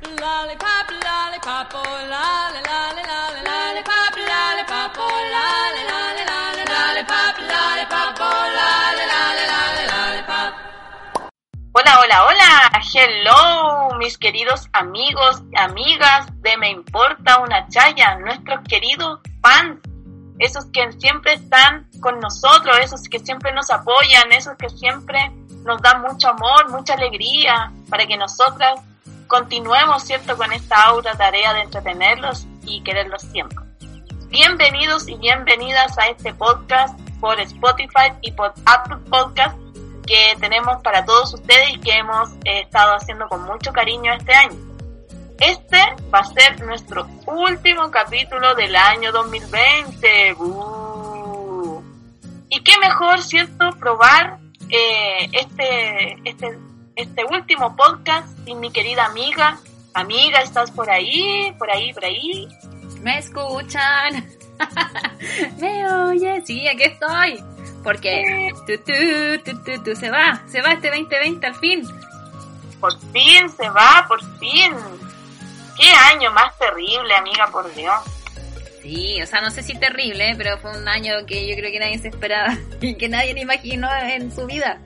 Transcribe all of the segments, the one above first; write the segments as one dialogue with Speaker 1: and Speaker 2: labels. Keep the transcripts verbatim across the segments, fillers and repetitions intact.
Speaker 1: Lollipop, lollipop, oh, lolly, lolly, lolly, lollipop, lollipop, oh, lolly, lolly, lolly, lollipop, lollipop, oh, lolly, lolly, lolly, lollipop.
Speaker 2: Hola, hola, hola, hello, mis queridos amigos y amigas de Me Importa Una Chaya, nuestros queridos fans, esos que siempre están con nosotros, esos que siempre nos apoyan, esos que siempre nos dan mucho amor, mucha alegría, para que nosotras continuemos, ¿cierto?, con esta aura tarea de entretenerlos y quererlos siempre. Bienvenidos y bienvenidas a este podcast por Spotify y por Apple Podcast que tenemos para todos ustedes y que hemos eh, estado haciendo con mucho cariño este año. Este va a ser nuestro último capítulo del año dos mil veinte. ¡Bú! Y qué mejor, ¿cierto?, probar eh, este, este, este último podcast sin mi querida amiga. Amiga, ¿estás por ahí? ¿Por ahí? ¿Por ahí?
Speaker 3: ¿Me escuchan? ¿Me oye? Sí, aquí estoy. Porque tu, tu, tu, tu, tu, se va, se va este veinte veinte al fin.
Speaker 2: Por fin se va, por fin. Qué año más terrible, amiga, por Dios.
Speaker 3: Sí, o sea, no sé si terrible, pero fue un año que yo creo que nadie se esperaba y que nadie le imaginó en su vida.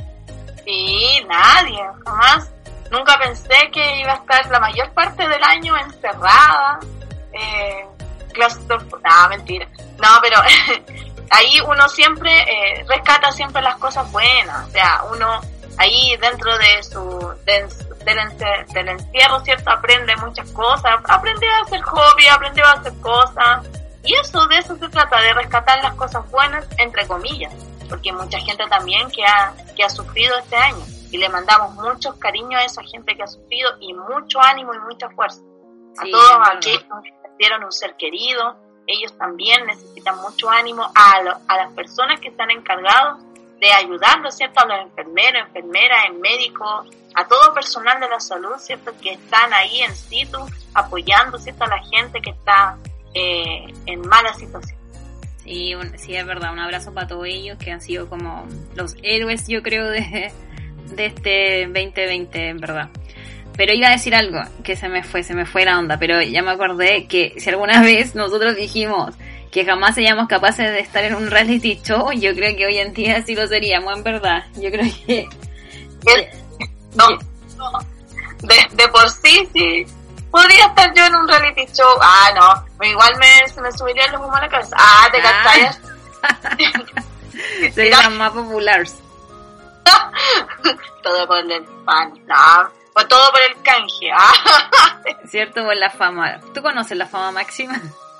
Speaker 3: Sí,
Speaker 2: nadie, jamás. Nunca pensé que iba a estar la mayor parte del año encerrada, eh, claustrofóbica. No, mentira. No, pero ahí uno siempre eh, rescata siempre las cosas buenas. O sea, uno ahí dentro de su de, del, encer, del encierro, ¿cierto?, aprende muchas cosas, aprende a hacer hobby, aprende a hacer cosas, y eso, de eso se trata, de rescatar las cosas buenas, entre comillas, porque hay mucha gente también que ha, que ha sufrido este año, y le mandamos muchos cariños a esa gente que ha sufrido, y mucho ánimo y mucha fuerza. Sí, a todos aquellos que perdieron un ser querido, ellos también necesitan mucho ánimo, a, lo, a las personas que están encargados de ayudarlos, ¿cierto?, a los enfermeros, enfermeras, médicos, a todo personal de la salud, ¿cierto?, que están ahí en situ apoyando, ¿cierto?, a la gente que está eh, en mala situación.
Speaker 3: Sí, un, sí, es verdad, un abrazo para todos ellos que han sido como los héroes, yo creo, de, de este veinte veinte, en verdad. Pero iba a decir algo que se me fue, se me fue la onda, pero ya me acordé que si alguna vez nosotros dijimos que jamás seríamos capaces de estar en un reality show, yo creo que hoy en día sí lo seríamos, en verdad. Yo creo que...
Speaker 2: No, no. De, de por sí, sí. Podría estar yo en un reality show. Ah, no. Igual me, se me subiría los humos a la cabeza. Ah, te callas.
Speaker 3: Serían más populares.
Speaker 2: Todo por el pan. No. O todo por el canje. Ah.
Speaker 3: Cierto, por la fama. ¿Tú conoces la fama máxima?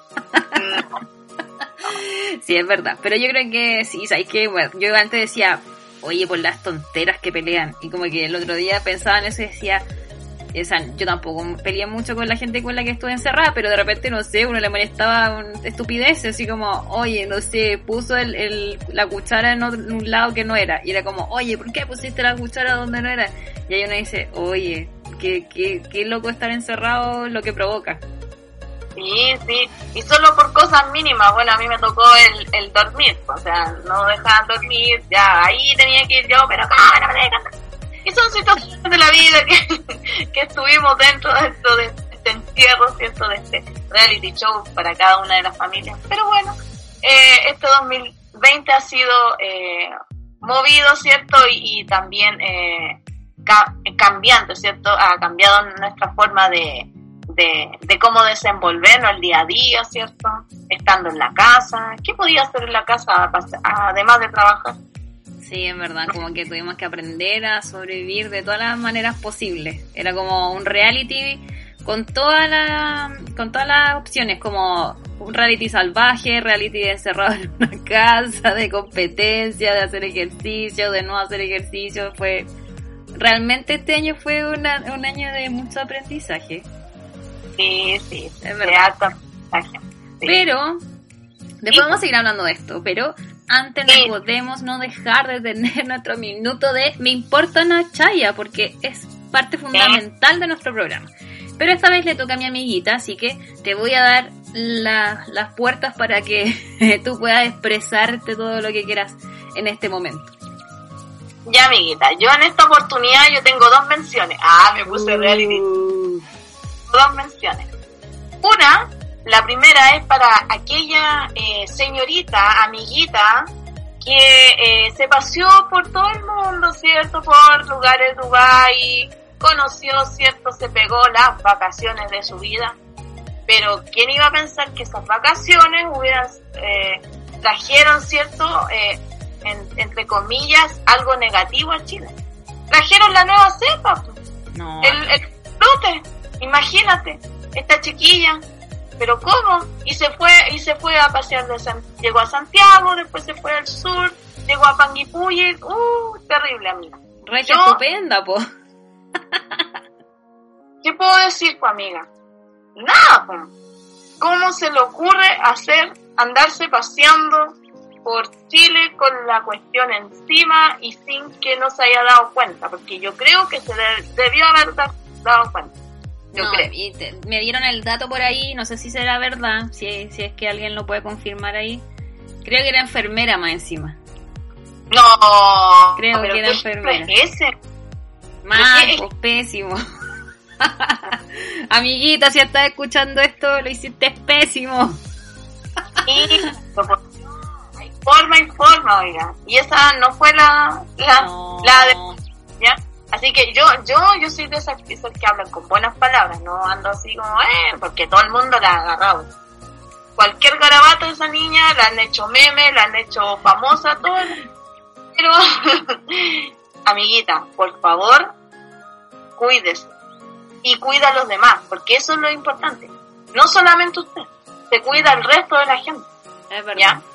Speaker 2: No.
Speaker 3: Sí, es verdad, pero yo creo que sí, ¿sabes qué? Bueno, yo antes decía, oye, por las tonteras que pelean, y como que el otro día pensaba en eso y decía, o sea, yo tampoco peleé mucho con la gente con la que estuve encerrada, pero de repente, no sé, uno le molestaba un estupideces, así como, oye, no sé, puso el, el, la cuchara en, otro, en un lado que no era, y era como, oye, ¿por qué pusiste la cuchara donde no era? Y ahí uno dice, oye, qué, qué, qué loco estar encerrado, lo que provoca.
Speaker 2: Sí, sí, y solo por cosas mínimas. Bueno, a mí me tocó el, el dormir, o sea, no dejaban dormir, ya ahí tenía que ir yo, pero acá no me dejan. Y son situaciones de la vida que, que estuvimos dentro de, esto, de este encierro, ¿cierto?, de este reality show para cada una de las familias. Pero bueno, eh, este dos mil veinte ha sido eh, movido, ¿cierto?, y, y también eh, ca- cambiando, ¿cierto?, ha cambiado nuestra forma de De, de cómo desenvolvernos el día a día, ¿cierto? Estando en la casa. ¿Qué podía hacer en la casa además de trabajar?
Speaker 3: Sí, en verdad, como que tuvimos que aprender a sobrevivir de todas las maneras posibles. Era como un reality con todas la, con todas las opciones, como un reality salvaje, reality de encerrado en una casa, de competencia, de hacer ejercicio, de no hacer ejercicio. Fue realmente este año fue una, un año de mucho aprendizaje.
Speaker 2: Sí, sí, es verdad. Sí.
Speaker 3: Pero, después sí, vamos a seguir hablando de esto, pero antes sí, no podemos no dejar de tener nuestro minuto de Me Importa Una Chaya, porque es parte fundamental sí. de nuestro programa. Pero esta vez le toca a mi amiguita, así que te voy a dar la, las puertas para que tú puedas expresarte todo lo que quieras en este momento.
Speaker 2: Ya, amiguita, yo en esta oportunidad yo tengo dos menciones. Ah, me puse uh. reality. dos menciones. Una, la primera es para aquella eh, señorita, amiguita, que eh, se paseó por todo el mundo, ¿cierto? Por lugares de Dubái, conoció, ¿cierto? Se pegó las vacaciones de su vida. Pero ¿quién iba a pensar que esas vacaciones hubieran eh, trajeron, ¿cierto? Eh, en, entre comillas, algo negativo a Chile. Trajeron la nueva cepa.
Speaker 3: No.
Speaker 2: El, el brote. Imagínate, esta chiquilla. Pero ¿cómo? Y se fue y se fue a pasear de San, llegó a Santiago, después se fue al sur, llegó a Panguipulli. Uh, terrible, amiga.
Speaker 3: Recha estupenda, po.
Speaker 2: ¿Qué puedo decir, pues, amiga? Nada, pues. ¿Cómo se le ocurre hacer, andarse paseando por Chile con la cuestión encima y sin que no se haya dado cuenta? Porque yo creo que se de, debió haber da, dado cuenta. Yo
Speaker 3: no,
Speaker 2: creo.
Speaker 3: Y te, me dieron el dato por ahí, no sé si será verdad, si, si es que alguien lo puede confirmar ahí. Creo que era enfermera más encima.
Speaker 2: No,
Speaker 3: creo que era enfermera.
Speaker 2: Ese?
Speaker 3: Mal, pues pésimo. Amiguita, si estás escuchando esto, lo hiciste pésimo.
Speaker 2: Sí, hay forma y forma, oiga. Y esa no fue la la,
Speaker 3: no.
Speaker 2: la de, ¿ya? Así que yo yo yo soy de esas, esas que hablan con buenas palabras, no ando así como, eh, porque todo el mundo la ha agarrado. Cualquier garabato de esa niña la han hecho meme, la han hecho famosa, todo. Pero, amiguita, por favor, cuídese. Y cuida a los demás, porque eso es lo importante. No solamente usted, se cuida el resto de la gente.
Speaker 3: Es verdad.
Speaker 2: ¿Ya?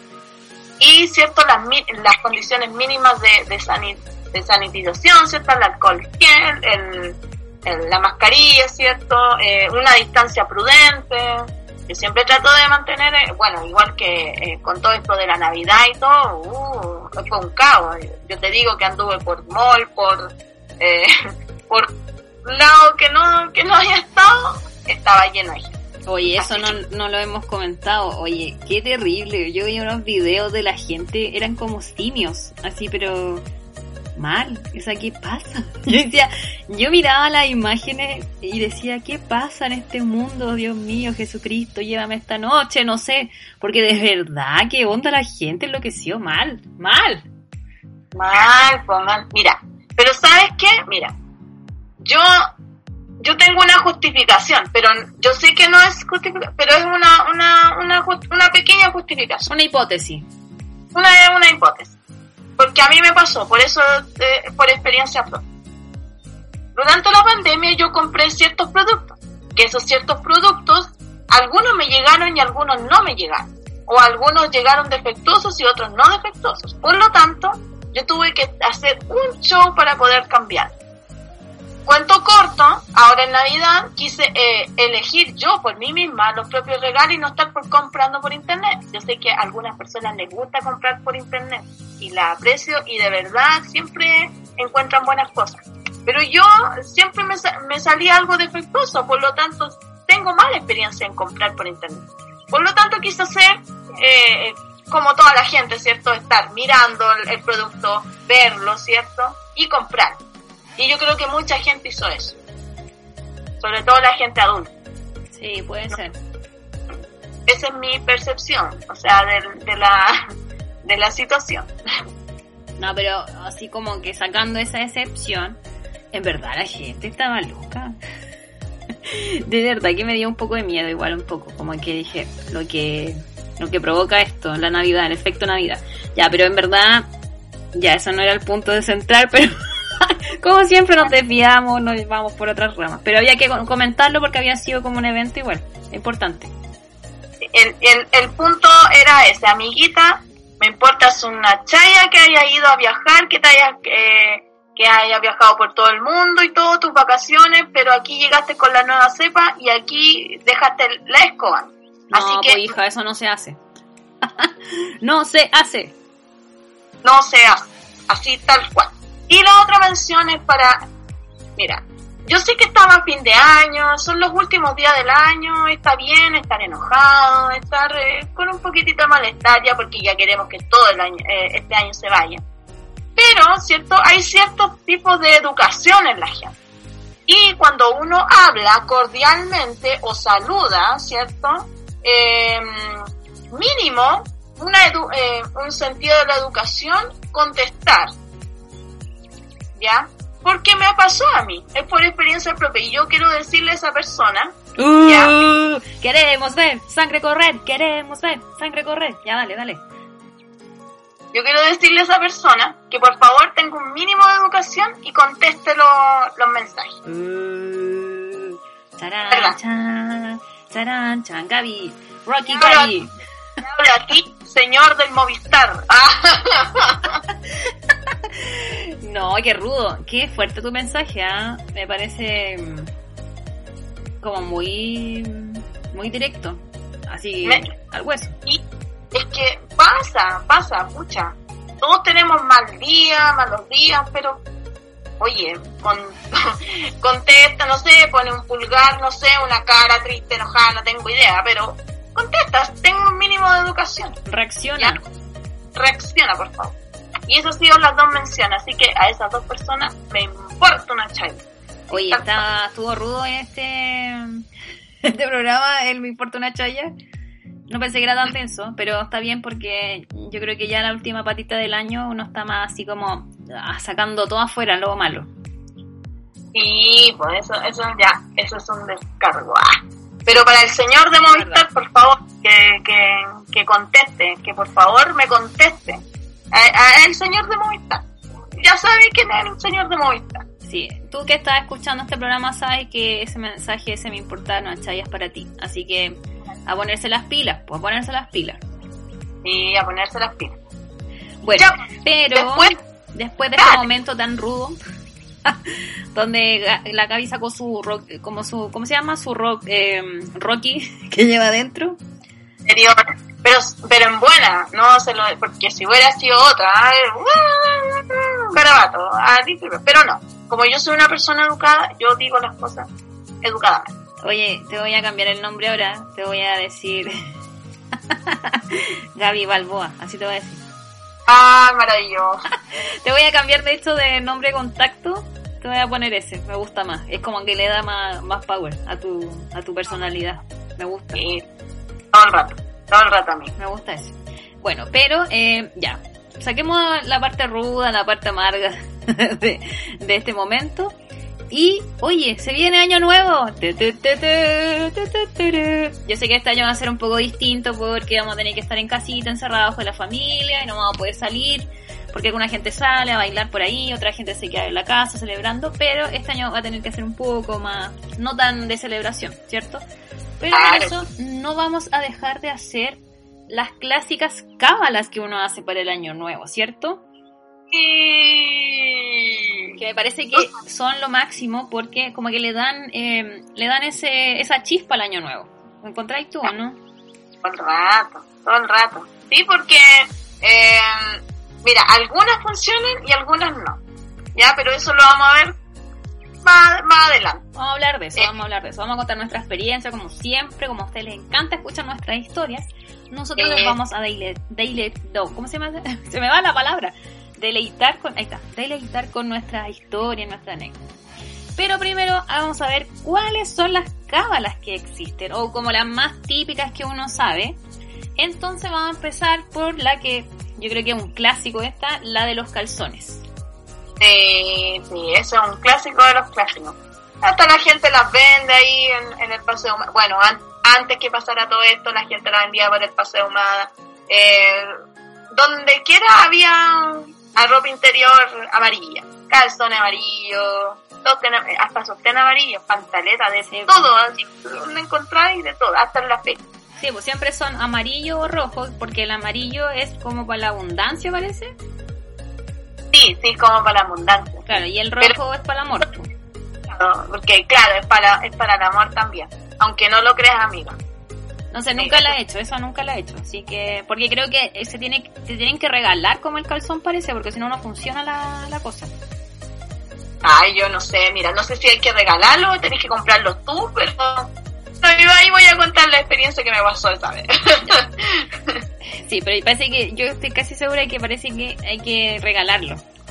Speaker 2: Y, cierto, las, las condiciones mínimas de, de, sanit, de sanitización, ¿cierto? El alcohol gel, el, el, la mascarilla, ¿cierto? Eh, una distancia prudente. Yo siempre trato de mantener, eh, bueno, igual que eh, con todo esto de la Navidad y todo, uh, fue un caos. Yo te digo que anduve por mall, por... Eh, por lado que no que no haya estado, estaba lleno de gente.
Speaker 3: Oye, eso no, no lo hemos comentado. Oye, qué terrible. Yo vi unos videos de la gente, eran como simios, así, pero mal. O sea, ¿qué pasa? Yo decía, yo miraba las imágenes y decía, ¿qué pasa en este mundo? Dios mío, Jesucristo, llévame esta noche, no sé. Porque de verdad, ¿qué onda la gente enloqueció? Mal, mal.
Speaker 2: Mal, pues mal. Mira, pero ¿sabes qué? Mira, yo yo tengo una justificación, pero yo sé que no es justificación, pero es una una una una pequeña justificación,
Speaker 3: una hipótesis,
Speaker 2: una una hipótesis, porque a mí me pasó, por eso eh, por experiencia propia. Durante la pandemia yo compré ciertos productos, que esos ciertos productos algunos me llegaron y algunos no me llegaron, o algunos llegaron defectuosos y otros no defectuosos. Por lo tanto, yo tuve que hacer un show para poder cambiar. Cuento corto, ahora en Navidad quise eh, elegir yo por mí misma los propios regalos y no estar por comprando por internet. Yo sé que a algunas personas les gusta comprar por internet y la aprecio y de verdad siempre encuentran buenas cosas. Pero yo siempre me, me salía algo defectuoso, por lo tanto tengo mala experiencia en comprar por internet. Por lo tanto quise hacer, eh, como toda la gente, ¿cierto? Estar mirando el, el producto, verlo, ¿cierto? Y comprar. Y yo creo que mucha gente hizo eso. Sobre todo la gente adulta.
Speaker 3: Sí, puede
Speaker 2: ¿no?
Speaker 3: ser.
Speaker 2: Esa es mi percepción, o sea, de, de la de la situación.
Speaker 3: No, pero así como que sacando esa excepción, en verdad la gente estaba loca. De verdad que me dio un poco de miedo, igual un poco. Como que dije, lo que lo que provoca esto, la Navidad, el efecto Navidad. Ya, pero en verdad, ya, eso no era el punto de central, pero... Como siempre nos desviamos, nos vamos por otras ramas. Pero había que comentarlo porque había sido como un evento igual, importante.
Speaker 2: El, el, el punto era ese, amiguita, me importa es una chaya que haya ido a viajar, que te haya, eh, que haya viajado por todo el mundo y todas tus vacaciones, pero aquí llegaste con la nueva cepa y aquí dejaste la escoba.
Speaker 3: No,
Speaker 2: así que,
Speaker 3: pues hija, eso no se hace. No se hace.
Speaker 2: No se hace, así tal cual. Y la otra mención es para, mira, yo sé que estamos a fin de año, son los últimos días del año, está bien estar enojado, estar eh, con un poquitito de malestar ya porque ya queremos que todo el año, eh, este año se vaya. Pero, ¿cierto? Hay ciertos tipos de educación en la gente. Y cuando cuando uno habla cordialmente o saluda, ¿cierto? Eh, mínimo, una edu- eh, un sentido de la educación, contestar, ¿ya? Porque me pasó a mí, es por experiencia propia, y yo quiero decirle a esa persona,
Speaker 3: Uh,
Speaker 2: ¿ya?
Speaker 3: Queremos ver sangre correr, queremos ver sangre correr. Ya, dale, dale.
Speaker 2: Yo quiero decirle a esa persona que por favor tenga un mínimo de educación y conteste lo- los mensajes.
Speaker 3: Uh, charan,
Speaker 2: ¿Verdad?
Speaker 3: chan, charan, chan, Gaby, Rocky,
Speaker 2: Pero-
Speaker 3: Gaby.
Speaker 2: Te hablo a ti, señor del Movistar. Ah.
Speaker 3: No, qué rudo, qué fuerte tu mensaje, ¿ah? Me parece mm, como muy, muy directo, así
Speaker 2: Me-
Speaker 3: al hueso.
Speaker 2: Y es que pasa, pasa, pucha. Todos tenemos mal día, malos días, pero oye, con, contesta, no sé, pone un pulgar, no sé, una cara triste, enojada, no tengo idea, pero contestas, tengo un mínimo de educación.
Speaker 3: Reacciona.
Speaker 2: ¿Ya? Reacciona, por favor. Y eso ha sido las dos menciones, así que a esas dos personas me importa una chaya.
Speaker 3: Oye, está, estuvo rudo este, este programa, él me importa una chaya. No pensé que era tan denso, pero está bien porque yo creo que ya la última patita del año uno está más así como ah, sacando todo afuera, lo malo.
Speaker 2: Sí, pues eso, eso ya, eso es un descargo. Ah. Pero para el señor de Movistar, por favor, que, que, que conteste, que por favor me conteste. A, a el señor de Movistar. Ya sabe quién es el señor de Movistar.
Speaker 3: Sí, tú que estás escuchando este programa sabes que ese mensaje, ese me importa una chaya es para ti. Así que a ponerse las pilas, pues a ponerse las pilas.
Speaker 2: Y a ponerse las pilas.
Speaker 3: Bueno,
Speaker 2: Ya,
Speaker 3: pero
Speaker 2: después,
Speaker 3: después de este
Speaker 2: dale.
Speaker 3: momento tan rudo, donde Ga- la Gaby sacó su rock, como su, ¿cómo se llama? Su rock, eh, Rocky que lleva adentro.
Speaker 2: serio, pero, pero en buena, no se lo, porque si hubiera sido otra, ay, uh, garabato, ah, pero no. Como yo soy una persona educada, yo digo las cosas educadamente.
Speaker 3: Oye, te voy a cambiar el nombre ahora, te voy a decir Gaby Balboa, así te voy a decir.
Speaker 2: Ah, maravilloso.
Speaker 3: Te voy a cambiar de hecho de nombre de contacto, te voy a poner ese, me gusta más. Es como que le da más, más power a tu, a tu personalidad. Me gusta,
Speaker 2: Sí, todo el rato, todo el rato a mí.
Speaker 3: me gusta eso. Bueno, pero eh, ya, saquemos la parte ruda, la parte amarga de, de este momento. Y, oye, se viene año nuevo. Tu, tu, tu, tu, tu, tu, tu. Yo sé que este año va a ser un poco distinto porque vamos a tener que estar en casita, encerrados con la familia y no vamos a poder salir porque alguna gente sale a bailar por ahí, otra gente se queda en la casa celebrando, pero este año va a tener que ser un poco más, no tan de celebración, ¿cierto? Pero por
Speaker 2: Claro.
Speaker 3: eso no vamos a dejar de hacer las clásicas cábalas que uno hace para el año nuevo, ¿cierto?
Speaker 2: Sí.
Speaker 3: Que me parece que son lo máximo porque como que le dan eh, le dan ese esa chispa al año nuevo. ¿Me encontráis tú o no?
Speaker 2: Todo el rato, todo el rato. Sí, porque, eh, mira, algunas funcionan y algunas no. Ya, pero eso lo vamos a ver más, más adelante.
Speaker 3: Vamos a hablar de eso,
Speaker 2: Eh.
Speaker 3: vamos a hablar de eso. Vamos a contar nuestra experiencia como siempre, como a ustedes les encanta escuchar nuestras historias. Nosotros
Speaker 2: Eh.
Speaker 3: les vamos a deile, deile, no, ¿cómo se llama? Se me va la palabra. Deleitar con, ahí está, deleitar con nuestra historia, nuestra anécdota. Pero primero vamos a ver cuáles son las cábalas que existen, o como las más típicas que uno sabe. Entonces vamos a empezar por la que yo creo que es un clásico esta, la de los calzones.
Speaker 2: Sí, sí, eso es un clásico de los clásicos. Hasta la gente las vende ahí en, en el Paseo Humada. Bueno, an- antes que pasara todo esto, la gente las vendía por el Paseo Humada. Eh, donde quiera había a ropa interior amarilla, calzones amarillos, sostén, hasta sostén amarillo, pantaleta, de
Speaker 3: Sí,
Speaker 2: todo, así, donde encontráis de todo, hasta en la feria.
Speaker 3: Sí, pues siempre son amarillo o rojo, porque el amarillo es como para la abundancia, parece.
Speaker 2: Sí, sí, como para la abundancia.
Speaker 3: Claro, y el rojo
Speaker 2: Pero-
Speaker 3: es para el amor. Pues.
Speaker 2: Claro, porque claro, es para, es para el amor también, aunque no lo creas, amiga.
Speaker 3: No sé, nunca la he hecho, eso nunca la he hecho. Así que, porque creo que se tiene, se tienen que regalar como el calzón parece, porque si no, no funciona la, la cosa.
Speaker 2: Ay, yo no sé, mira, no sé si hay que regalarlo o tenés que comprarlo tú, pero no, yo ahí voy a contar la experiencia que me pasó esa vez.
Speaker 3: Sí, pero parece que, yo estoy casi segura de que parece que hay que regalarlo.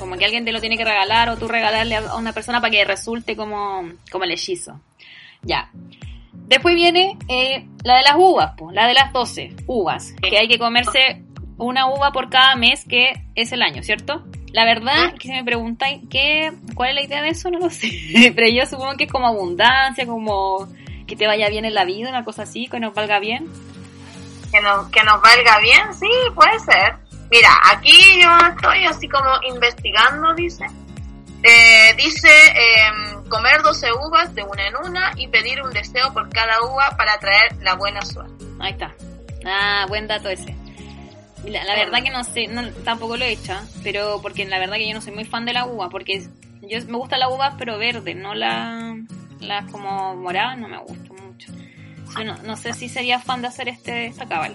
Speaker 3: Como que alguien te lo tiene que regalar o tú regalarle a una persona para que resulte como, como el hechizo. Ya. Después viene eh, la de las uvas, pues, la de las doce uvas, que hay que comerse una uva por cada mes que es el año, ¿cierto? La verdad, que si me preguntáis qué, cuál es la idea de eso, no lo sé. Pero yo supongo que es como abundancia, como que te vaya bien en la vida, una cosa así, que nos valga bien.
Speaker 2: Que nos, que nos valga bien, sí, puede ser. Mira, aquí yo estoy así como investigando, dice. Eh, dice eh, comer doce uvas de una en una y pedir un deseo por cada uva para traer la buena suerte.
Speaker 3: Ahí está. Ah, buen dato ese. La, la verdad que no sé, no, tampoco lo he hecho, pero porque la verdad que yo no soy muy fan de la uva, porque yo me gusta la uva pero verde, no la, la como morada, no me gusta mucho. Yo no, no sé si sería fan de hacer este esta cábala.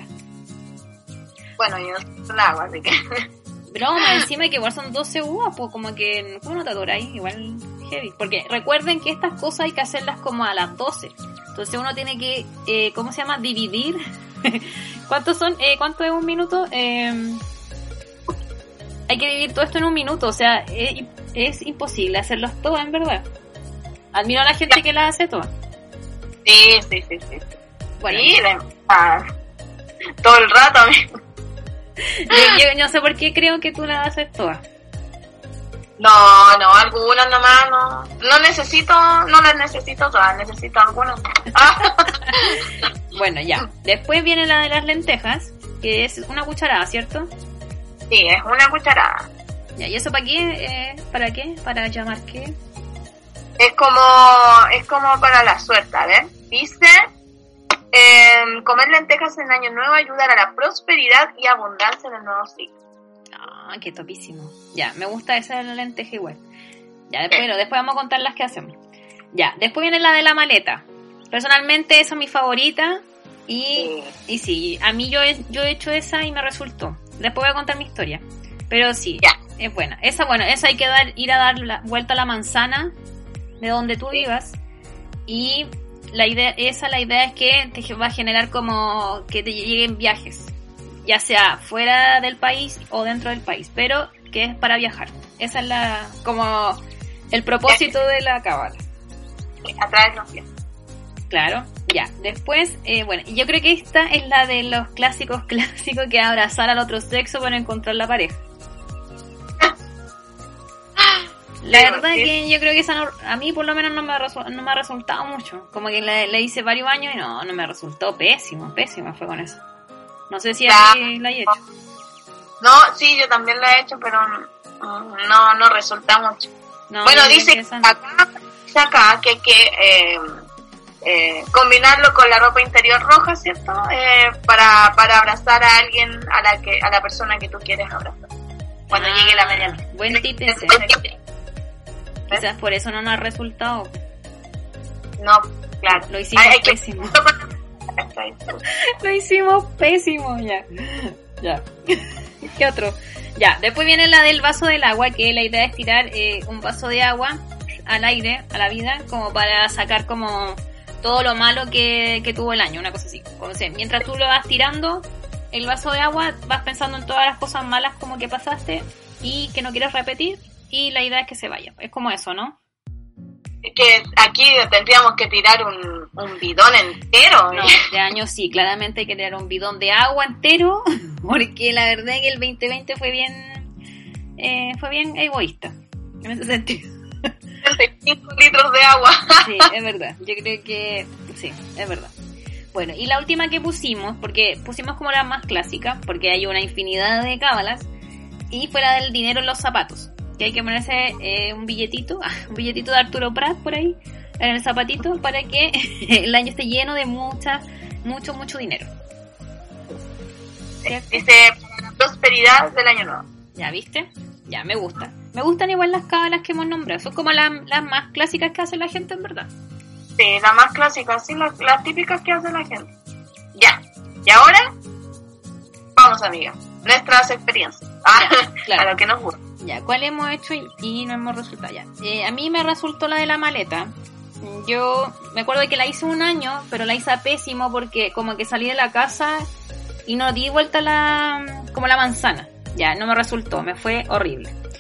Speaker 2: Bueno, yo no sé la agua, así que...
Speaker 3: Pero más encima de que igual son doce uvas, pues como que, ¿cómo no te adoráis? Igual heavy. Porque recuerden que estas cosas hay que hacerlas como a las doce. Entonces uno tiene que, eh, ¿cómo se llama? Dividir. ¿Cuántos son? Eh, ¿Cuánto es un minuto? Eh, hay que dividir todo esto en un minuto. O sea, es, es imposible hacerlos todas, en verdad. Admiro a la gente que las hace todas.
Speaker 2: Sí, sí, sí, sí.
Speaker 3: Bueno,
Speaker 2: sí, de, ah, todo el rato, amigo.
Speaker 3: Yo, yo no sé por qué creo que tú las haces todas.
Speaker 2: No, no, algunas nomás, no. No necesito, no las necesito todas, necesito algunas.
Speaker 3: Bueno, ya. Después viene la de las lentejas, que es una cucharada, ¿cierto?
Speaker 2: Sí, es una cucharada.
Speaker 3: Ya, ¿y eso para qué? Eh, ¿Para qué? ¿Para llamar qué?
Speaker 2: Es como, es como para la suerte, a ver. Dice... Eh, comer lentejas en Año Nuevo ayudará a la prosperidad y abundancia en el nuevo ciclo.
Speaker 3: Ah, qué topísimo. Ya, me gusta esa de la lenteja igual. Ya, después, bueno, después vamos a contar las que hacemos. Ya, después viene la de la maleta. Personalmente esa es mi favorita y sí, y sí a mí yo he, yo he hecho esa y me resultó. Después voy a contar mi historia. Pero sí, ya, es buena. Esa, bueno, esa hay que dar, ir a dar la vuelta a la manzana de donde tú vivas y... La idea, esa la idea es que te va a generar como que te lleguen viajes, ya sea fuera del país o dentro del país, pero que es para viajar. Esa es la como el propósito de la cábala.
Speaker 2: Atraer los viajes.
Speaker 3: Claro, ya. Después, eh, bueno, yo creo que esta es la de los clásicos clásicos, que es abrazar al otro sexo para encontrar la pareja. La verdad que yo creo que esa no, a mí por lo menos no me ha, resu- no me ha resultado mucho. Como que le, le hice varios años y no, no me resultó pésimo, pésimo fue con eso. No sé si
Speaker 2: ya,
Speaker 3: así la he hecho.
Speaker 2: No, sí, yo también la he hecho, pero no, no resulta mucho. No, bueno, dice acá, dice acá que hay que eh, eh, combinarlo con la ropa interior roja, ¿cierto? Eh, para, para abrazar a alguien, a la que a la persona que tú quieres abrazar. Cuando ah, llegue la medianoche.
Speaker 3: Buen tip ese. Quizás por eso no nos ha resultado.
Speaker 2: No, claro.
Speaker 3: Lo hicimos Ay, pésimo. Lo hicimos pésimo, ya. Ya. ¿Qué otro? Ya, después viene la del vaso del agua, que la idea es tirar eh, un vaso de agua al aire, a la vida, como para sacar como todo lo malo que, que tuvo el año, una cosa así. O sea, mientras tú lo vas tirando, el vaso de agua, vas pensando en todas las cosas malas como que pasaste y que no quieres repetir. Y la idea es que se vaya. Es como eso, ¿no?
Speaker 2: Que aquí tendríamos que tirar un, un bidón entero.
Speaker 3: No, este año sí, claramente hay que tirar un bidón de agua entero, porque la verdad es que el veinte veinte fue bien eh, fue bien egoísta, en ese sentido.
Speaker 2: cinco litros de agua.
Speaker 3: Sí, es verdad. Yo creo que sí, es verdad. Bueno, y la última que pusimos, porque pusimos como la más clásica, porque hay una infinidad de cábalas, y fue la del dinero en los zapatos. Que hay que ponerse eh, un billetito, un billetito de Arturo Prat por ahí, en el zapatito, para que el año esté lleno de mucha, mucho, mucho dinero.
Speaker 2: ¿Cierto? Dice la prosperidad del año nuevo.
Speaker 3: ¿Ya viste? Ya, me gusta. Me gustan igual las cábalas que hemos nombrado. Son como las, las más clásicas que hace la gente, en verdad.
Speaker 2: Sí, las más clásicas, sí, las, las típicas que hace la gente. Ya. Y ahora, vamos, amiga. Nuestras experiencias. Ah, claro. A lo que nos gusta.
Speaker 3: Ya, ¿cuál hemos hecho y, y no hemos resultado? Ya. Eh, a mí me resultó la de la maleta. Yo me acuerdo de que la hice un año, pero la hice pésimo porque como que salí de la casa y no di vuelta la como la manzana. Ya, no me resultó, me fue horrible.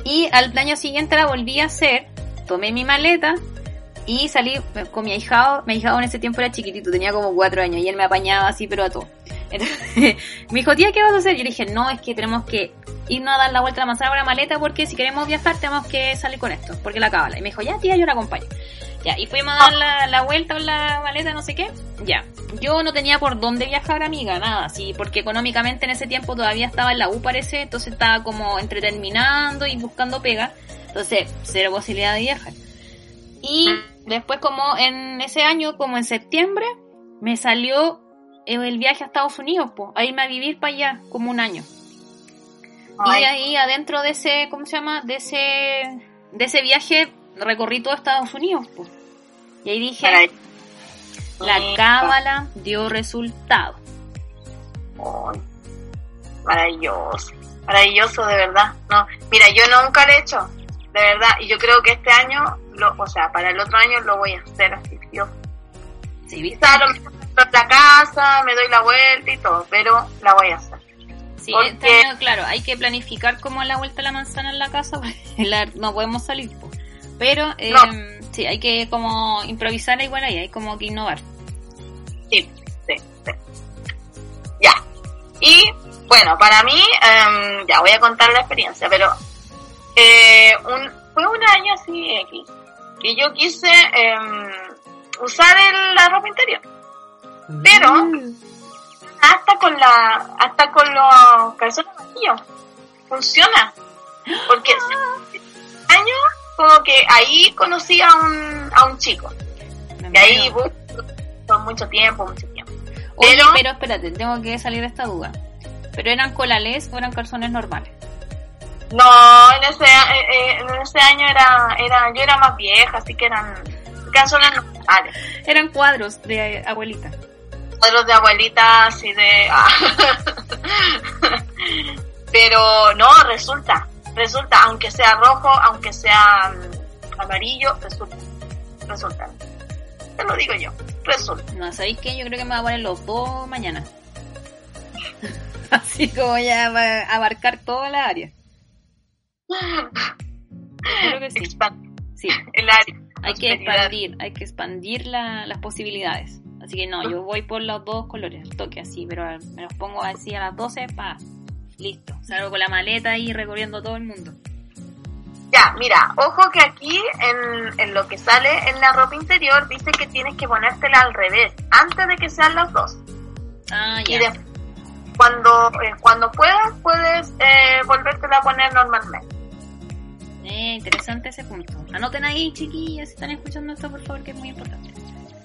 Speaker 3: Y al año siguiente la volví a hacer, tomé mi maleta y salí con mi ahijado. Mi ahijado en ese tiempo era chiquitito, tenía como cuatro años y él me apañaba así pero a todo. Entonces me dijo, tía, ¿qué vas a hacer? Yo le dije, no, es que tenemos que irnos a dar la vuelta a la manzana con la maleta porque si queremos viajar tenemos que salir con esto, porque la cábala. Y me dijo, ya tía, yo la acompaño. Ya, y fuimos a dar la, la vuelta con la maleta, no sé qué. Ya, yo no tenía por dónde viajar, amiga, nada, sí, porque económicamente en ese tiempo todavía estaba en la U, parece, entonces estaba como entre terminando y buscando pega, entonces cero posibilidad de viajar. Y después, como en ese año, como en septiembre, me salió el viaje a Estados Unidos, pues, a irme a vivir para allá, como un año. Ay. Y ahí adentro de ese, ¿cómo se llama? De ese, de ese viaje recorrí todo Estados Unidos, pues. Y ahí dije, Ay. la cábala dio resultado.
Speaker 2: Ay. Maravilloso, maravilloso de verdad. No, mira, yo nunca lo he hecho, de verdad, y yo creo que este año, lo, o sea, para el otro año lo voy a hacer así, yo.
Speaker 3: Sí, ¿viste?
Speaker 2: Quizá lo meto en la casa, me doy la vuelta y todo, pero la voy a hacer.
Speaker 3: Sí,
Speaker 2: porque...
Speaker 3: este año, claro, hay que planificar como la vuelta a la manzana en la casa, porque la, no podemos salir, pues. Pero eh, no. sí, hay que como improvisar igual ahí, hay como que innovar.
Speaker 2: Sí, sí, sí. Ya. Y bueno, para mí, um, ya voy a contar la experiencia, pero eh, un, fue un año así X, que yo quise um, usar el, la ropa interior. Pero mm. hasta con la hasta con los calzones vacíos funciona. Porque este año como que ahí conocí a un a un chico. Me y ahí uh, por mucho tiempo, mucho tiempo.
Speaker 3: Oye,
Speaker 2: pero,
Speaker 3: pero espérate, tengo que salir de esta duda. ¿Pero eran colales o eran calzones normales?
Speaker 2: No, en ese eh, en ese año era era yo era más vieja, así que eran calzones normales.
Speaker 3: Eran cuadros de abuelita.
Speaker 2: Cuadros de abuelita, así de ah. Pero no, resulta Resulta, aunque sea rojo, aunque sea um, amarillo, resulta. Resulta. Te lo digo yo. Resulta.
Speaker 3: No, ¿sabéis qué? Yo creo que me voy a poner los dos mañana. Así como ya va a abarcar toda la área. Creo que sí.
Speaker 2: Expand.
Speaker 3: Sí.
Speaker 2: El área.
Speaker 3: Hay que expandir, hay que expandir la, las posibilidades. Así que no, yo voy por los dos colores, al toque así, pero me los pongo así a las doce, pa. Listo, salgo con la maleta ahí recorriendo todo el mundo.
Speaker 2: Ya, mira, ojo que aquí en, en lo que sale en la ropa interior dice que tienes que ponértela al revés, antes de que sean las dos.
Speaker 3: Ah, ya.
Speaker 2: Y de, cuando, eh, cuando puedas, puedes eh, volvértela a poner normalmente.
Speaker 3: Eh, interesante ese punto. Anoten ahí, chiquillas, si están escuchando esto, por favor, que es muy importante.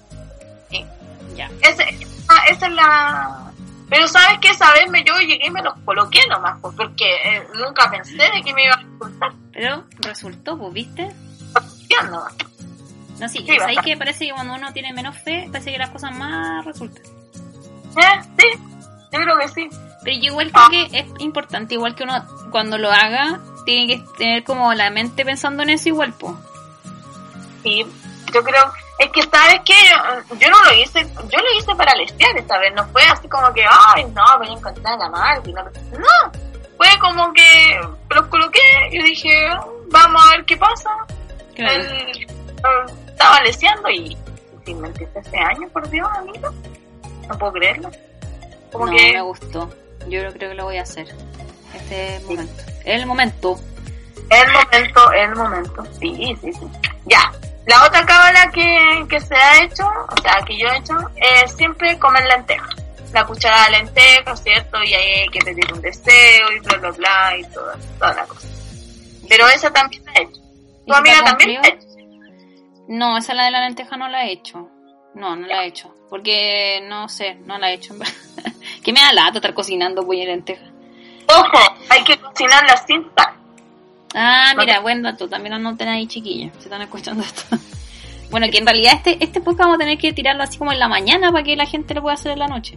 Speaker 2: Sí.
Speaker 3: Ya.
Speaker 2: Ese, esa, esa es la... Pero ¿sabes qué? Esa vez me, yo llegué y me los coloqué nomás, pues, porque eh, nunca pensé de que me iba a resultar.
Speaker 3: Pero resultó, pues, ¿viste?
Speaker 2: Nomás.
Speaker 3: No, sí, sí ¿sabes qué? Parece que cuando uno tiene menos fe, parece que las cosas más resultan.
Speaker 2: ¿Eh? Sí, yo creo que sí.
Speaker 3: Pero yo igual creo ah. que es importante, igual que uno cuando lo haga, tiene que tener como la mente pensando en eso igual, pues.
Speaker 2: Sí, yo creo... Es que, ¿sabes qué? Yo, yo no lo hice, yo lo hice para lestear esta vez, no fue así como que, ay, no, voy a encontrar la marca, no, no, fue como que los coloqué y dije, vamos a ver qué pasa. Claro. El, el, estaba leseando y, y me mentiste este año, por Dios, amigo, no puedo creerlo. Como
Speaker 3: no,
Speaker 2: que...
Speaker 3: me gustó, yo creo que lo voy a hacer, este es el momento, el momento.
Speaker 2: El momento, el momento, sí, sí, sí, ya. La otra cábala que, que se ha hecho, o sea, que yo he hecho, es siempre comer lentejas. La cucharada de lentejas, ¿cierto? Y ahí hay que pedir un deseo y bla, bla, bla, y toda, toda la cosa. Pero esa también la he hecho. ¿Tu amiga también la ha hecho?
Speaker 3: No, esa la de la lenteja no la he hecho. No, no la he hecho. Porque, no sé, no la he hecho. Que me da lata estar cocinando pollo y lenteja.
Speaker 2: Ojo, hay que cocinarla sin sal.
Speaker 3: Ah, mira, buen dato, también anoten ahí, chiquillos, se están escuchando esto. Bueno, que en realidad este este podcast vamos a tener que tirarlo así como en la mañana para que la gente lo pueda hacer en la noche.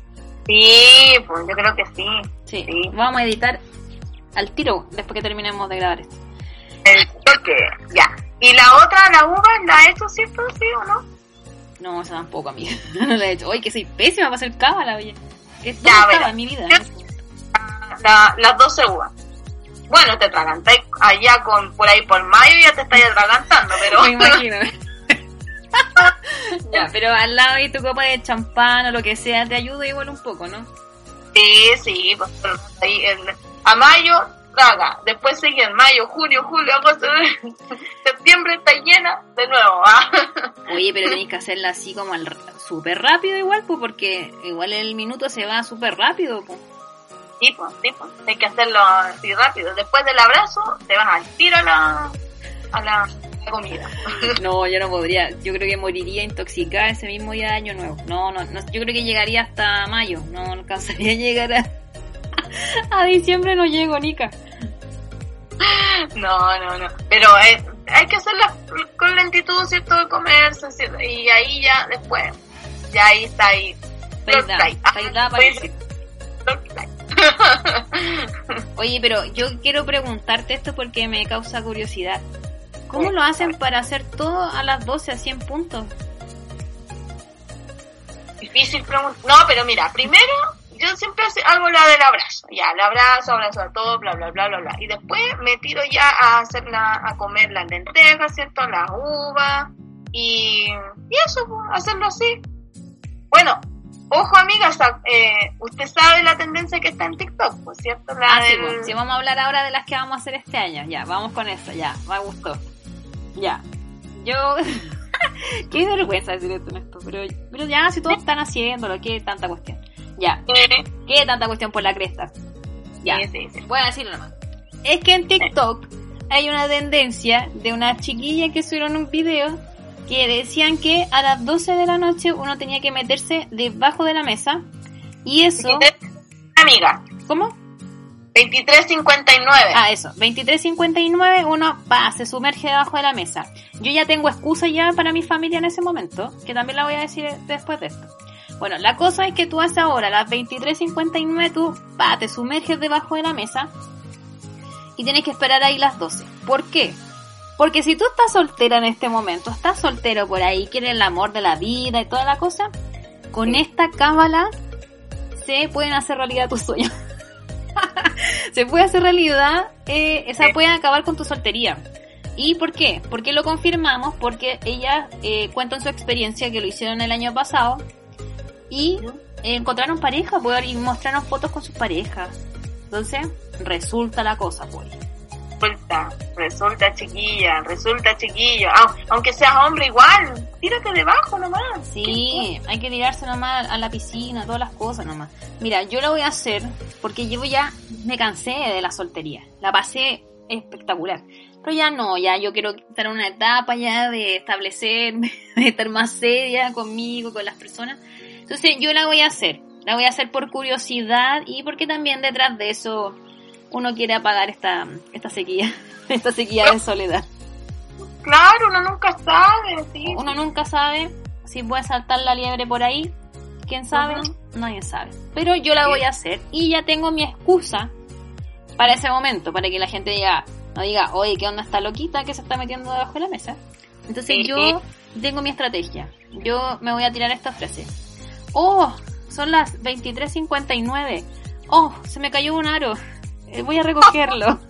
Speaker 2: Sí, pues yo creo que sí.
Speaker 3: Sí, sí. Vamos a editar al tiro después que terminemos de grabar esto.
Speaker 2: El toque, ya. ¿Y la otra, la uva, la he hecho siempre, sí o no?
Speaker 3: No, esa tampoco, amiga. No la he hecho. Oye, que soy pésima para hacer cábala, oye. Que es todo cábala en mi vida.
Speaker 2: La, las doce uvas. bueno, te atragantáis allá con por ahí por mayo y ya te estáis atragantando, pero...
Speaker 3: Me imagino. Ya, pero al lado de tu copa de champán o lo que sea, te ayuda igual un poco, ¿no?
Speaker 2: Sí, sí, pues ahí en, a mayo traga, después sigue en mayo, junio, julio, agosto, septiembre está llena de nuevo, ¿ah?
Speaker 3: Oye, pero tenéis que hacerla así como al súper rápido igual, pues, porque igual el minuto se va súper rápido, pues.
Speaker 2: Sí, pues, sí, pues, hay que hacerlo así rápido. Después del abrazo, te vas al tiro a la, a la, a la comida.
Speaker 3: No, yo no podría. Yo creo que moriría intoxicada ese mismo día de Año Nuevo. No, no, no, yo creo que llegaría hasta mayo. No alcanzaría a llegar a, a diciembre, no llego, Nica.
Speaker 2: No, no, no. Pero eh, hay que hacerla con lentitud, ¿cierto? De comerse, ¿cierto? Y ahí ya, después, ya ahí está ahí.
Speaker 3: Faidá para el Oye, pero yo quiero preguntarte esto porque me causa curiosidad. ¿Cómo lo hacen para hacer todo a las doce, a cien puntos?
Speaker 2: Difícil pregunta. No, pero mira, primero yo siempre hago la del abrazo. Ya, el abrazo, abrazo a todo, bla, bla, bla, bla, bla. Y después me tiro ya a hacer la, a comer las lentejas, ¿cierto? Las uvas. Y, y eso, pues, hacerlo así. Bueno, ojo, amiga, eh, usted sabe la tendencia que está en TikTok, pues, ¿cierto? La
Speaker 3: ah,
Speaker 2: del...
Speaker 3: sí, pues, sí, vamos a hablar ahora de las que vamos a hacer este año. Ya, vamos con eso, ya, me gustó. Ya, yo... Qué vergüenza decir esto, esto pero, pero ya, si todos están haciéndolo, ¿qué tanta cuestión? Ya, ¿qué tanta cuestión por la cresta? Ya,
Speaker 2: sí, sí, sí.
Speaker 3: Voy a decirlo nomás. Es que en TikTok hay una tendencia de unas chiquillas que subieron un video que decían que a las doce de la noche uno tenía que meterse debajo de la mesa y eso...
Speaker 2: Amiga.
Speaker 3: ¿Cómo?
Speaker 2: veintitrés cincuenta y nueve.
Speaker 3: Ah, eso. veintitrés cincuenta y nueve uno pa, se sumerge debajo de la mesa. Yo ya tengo excusa ya para mi familia en ese momento, que también la voy a decir después de esto. Bueno, la cosa es que tú haces ahora a las veintitrés cincuenta y nueve, tú pa, te sumerges debajo de la mesa y tienes que esperar ahí las doce. ¿Por qué? Porque si tú estás soltera en este momento, estás soltero por ahí, quieres el amor de la vida y toda la cosa, con esta cábala se pueden hacer realidad tus sueños. Se puede hacer realidad, eh, esa puede acabar con tu soltería. ¿Y por qué? ¿Por qué lo confirmamos? Porque ellas eh, cuentan su experiencia que lo hicieron el año pasado y eh, encontraron pareja, pues, y mostraron fotos con sus parejas. Entonces, resulta la cosa, pues.
Speaker 2: Resulta, resulta chiquilla, resulta chiquillo. Aunque seas hombre igual, tírate debajo nomás.
Speaker 3: Sí, hay que tirarse nomás a la piscina, todas las cosas nomás. Mira, yo lo voy a hacer porque llevo ya, me cansé de la soltería. La pasé espectacular. Pero ya no, ya yo quiero estar en una etapa ya de establecerme, de estar más seria conmigo, con las personas. Entonces yo la voy a hacer. La voy a hacer por curiosidad y porque también detrás de eso uno quiere apagar esta esta sequía, esta sequía de soledad.
Speaker 2: Claro, uno nunca sabe, sí.
Speaker 3: Uno nunca sabe si puede saltar la liebre por ahí. ¿Quién sabe? Uh-huh. Nadie sabe. Pero yo la voy a hacer y ya tengo mi excusa para ese momento, para que la gente diga, no diga, oye, ¿qué onda esta loquita que se está metiendo debajo de la mesa? Entonces sí, yo sí. tengo mi estrategia. Yo me voy a tirar esta frase. Oh, son las veintitrés cincuenta y nueve. Oh, se me cayó un aro. Voy a recogerlo.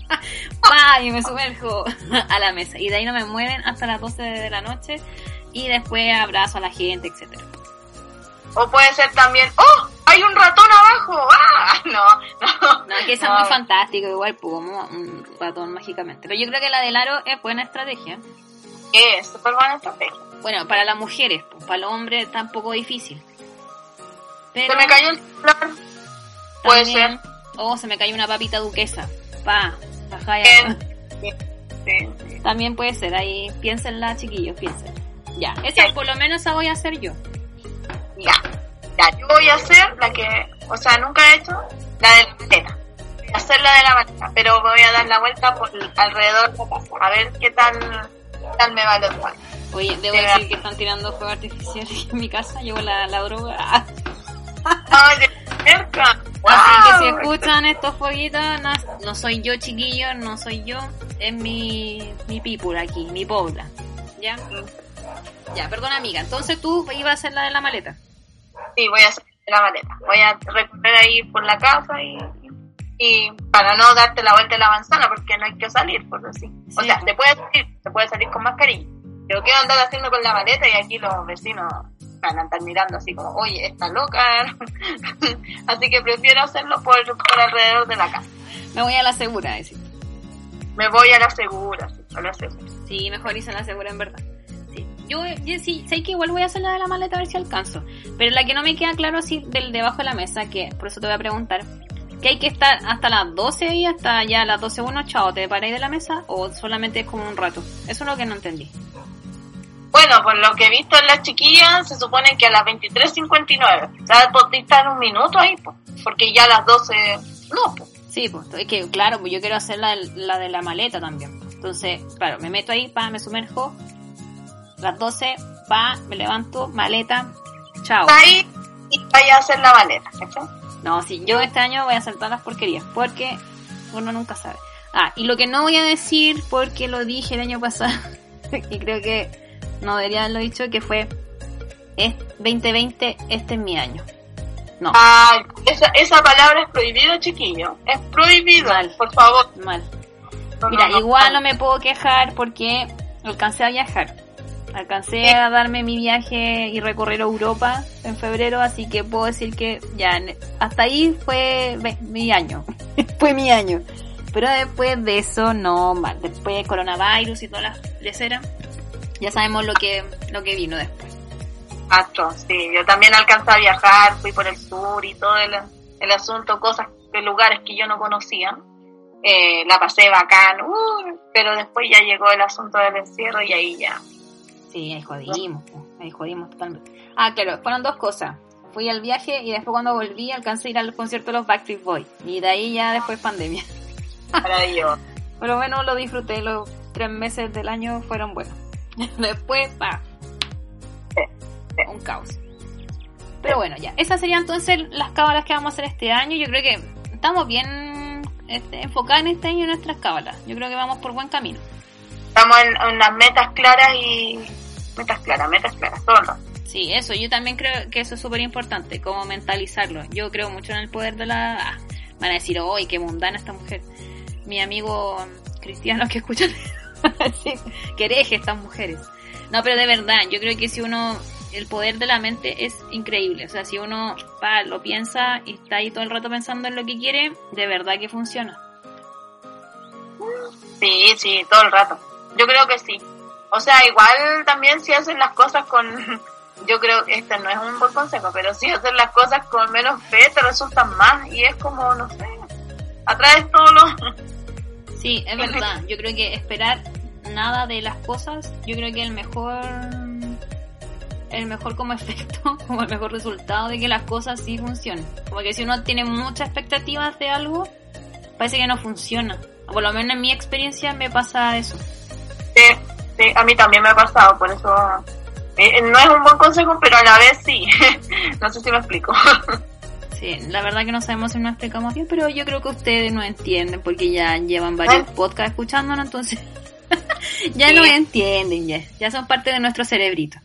Speaker 3: ¡Pah! Y me sumerjo a la mesa. Y de ahí no me mueven hasta las doce de la noche. Y después abrazo a la gente, etcétera.
Speaker 2: O puede ser también, ¡oh! ¡Hay un ratón abajo! ¡Ah! No, no.
Speaker 3: No, que eso no. Es muy fantástico, igual, pues, como un ratón mágicamente. Pero yo creo que la del aro es buena estrategia.
Speaker 2: Es súper buena estrategia.
Speaker 3: Bueno, para las mujeres, pues, para los hombres está un poco difícil. Pero
Speaker 2: se me cayó el celular. Puede ser.
Speaker 3: Oh, se me cayó una papita duquesa. Pa, baja ya.
Speaker 2: Sí, sí, sí.
Speaker 3: También puede ser, ahí piénsenla, chiquillos, piensen. Ya, esa sí. Por lo menos esa voy a hacer yo.
Speaker 2: Ya, ya, yo voy a hacer la que, o sea, nunca he hecho, la de la maleta. Voy a hacer la de la maleta, pero voy a dar la vuelta por alrededor de la casa. A ver qué tal, qué tal me va los baños.
Speaker 3: Oye, debo de decir verdad que están tirando fuego artificial en mi casa, llevo la, la droga.
Speaker 2: Ay, de cerca. Wow.
Speaker 3: Así que si escuchan estos fueguitos, no, no soy yo, chiquillo, no soy yo, es mi mi people aquí, mi pobla. ¿Ya? Mm. Ya, perdón, amiga. Entonces tú ibas a hacer la de la maleta.
Speaker 2: Sí, voy a hacer la maleta. Voy a recorrer ahí por la casa y, y para no darte la vuelta de la manzana, porque no hay que salir, por decir. Sí. O sea, te puede salir, te puede salir con mascarilla, pero ¿qué andar haciendo con la maleta? Y aquí los vecinos van a estar mirando así como, oye, está loca. Así que prefiero hacerlo por, por alrededor de la casa.
Speaker 3: Me voy a la segura, decir.
Speaker 2: Me voy a la segura, sí, a la segura.
Speaker 3: Sí, mejor irse a la segura en verdad. Sí. Yo, yo sí, sé que igual voy a hacer la de la maleta a ver si alcanzo. Pero la que no me queda claro así del debajo de la mesa, que por eso te voy a preguntar, que hay que estar hasta las doce y hasta ya las doce uno, chao, ¿te paráis de la mesa o solamente es como un rato? Eso es lo que no entendí.
Speaker 2: Bueno, por lo que he visto en las chiquillas, se supone que a las veintitrés cincuenta y nueve. O sea, podés estar un minuto ahí, pues, porque ya a las doce, no, pues.
Speaker 3: Sí, pues, es que, claro, pues yo quiero hacer la, la de la maleta también. Entonces, claro, me meto ahí, pa, me sumerjo. Las doce, pa, me levanto, maleta, chao.
Speaker 2: Ahí y vaya a hacer la maleta, ¿cachai?
Speaker 3: No, sí, yo este año voy a hacer todas las porquerías, porque uno nunca sabe. Ah, y lo que no voy a decir, porque lo dije el año pasado, y creo que no debería haberlo dicho, que fue, es veinte veinte, este es mi año. No.
Speaker 2: Ah, esa, esa palabra es prohibida, chiquillo. Es prohibido,
Speaker 3: mal,
Speaker 2: por favor.
Speaker 3: Mal.
Speaker 2: No,
Speaker 3: Mira,
Speaker 2: no, no,
Speaker 3: igual
Speaker 2: no.
Speaker 3: no me puedo quejar porque alcancé a viajar. Alcancé
Speaker 2: Sí.
Speaker 3: a darme mi viaje y recorrer Europa en febrero, así que puedo decir que ya, hasta ahí fue mi año. Fue mi año. Pero después de eso, no, mal. Después de coronavirus y todas las leceras, ya sabemos lo que, lo que vino después.
Speaker 2: Exacto, sí, yo también alcancé a viajar, fui por el sur y todo el, el asunto, cosas de lugares que yo no conocía, eh, la pasé bacán, uh, pero después ya llegó el asunto del encierro y ahí ya.
Speaker 3: Sí, ahí jodimos, ahí jodimos totalmente. Ah, claro, fueron dos cosas, fui al viaje y después cuando volví alcancé a ir al concierto de los Backstreet Boys, y de ahí ya después pandemia.
Speaker 2: Maravilloso.
Speaker 3: Por lo menos lo disfruté, los tres meses del año fueron buenos. Después, pa, un caos. Pero bueno, ya. Esas serían entonces las cábalas que vamos a hacer este año. Yo creo que estamos bien este, enfocadas en este año en nuestras cábalas. Yo creo que vamos por buen camino.
Speaker 2: Estamos en, en unas metas claras y... Metas claras, metas claras, todo el rato.
Speaker 3: Sí, eso. Yo también creo que eso es súper importante, como mentalizarlo. Yo creo mucho en el poder de la... Ah, van a decir, ¡ay, qué mundana esta mujer! Mi amigo cristiano que escuchan sí, que hereje estas mujeres. No, pero de verdad, yo creo que si uno... El poder de la mente es increíble. O sea, si uno pa, lo piensa y está ahí todo el rato pensando en lo que quiere, de verdad que funciona.
Speaker 2: Sí, sí, todo el rato. Yo creo que sí. O sea, igual también si hacen las cosas con... Yo creo que este no es un buen consejo, pero si hacen las cosas con menos fe te resultan más y es como, no sé, atraes todo lo...
Speaker 3: Sí, es verdad. Yo creo que esperar nada de las cosas, yo creo que el mejor... el mejor como efecto, como el mejor resultado de que las cosas sí funcionen. Como que si uno tiene muchas expectativas de algo, parece que no funciona. O por lo menos en mi experiencia me pasa eso.
Speaker 2: Sí, sí, a mí también me ha pasado, por eso eh, no es un buen consejo, pero a la vez sí. No sé si me explico.
Speaker 3: Sí, la verdad que no sabemos si nos explicamos bien, pero yo creo que ustedes nos entienden porque ya llevan varios ¿Eh? podcasts escuchándonos, entonces ya sí. Nos entienden, ya, ya son parte de nuestro cerebrito.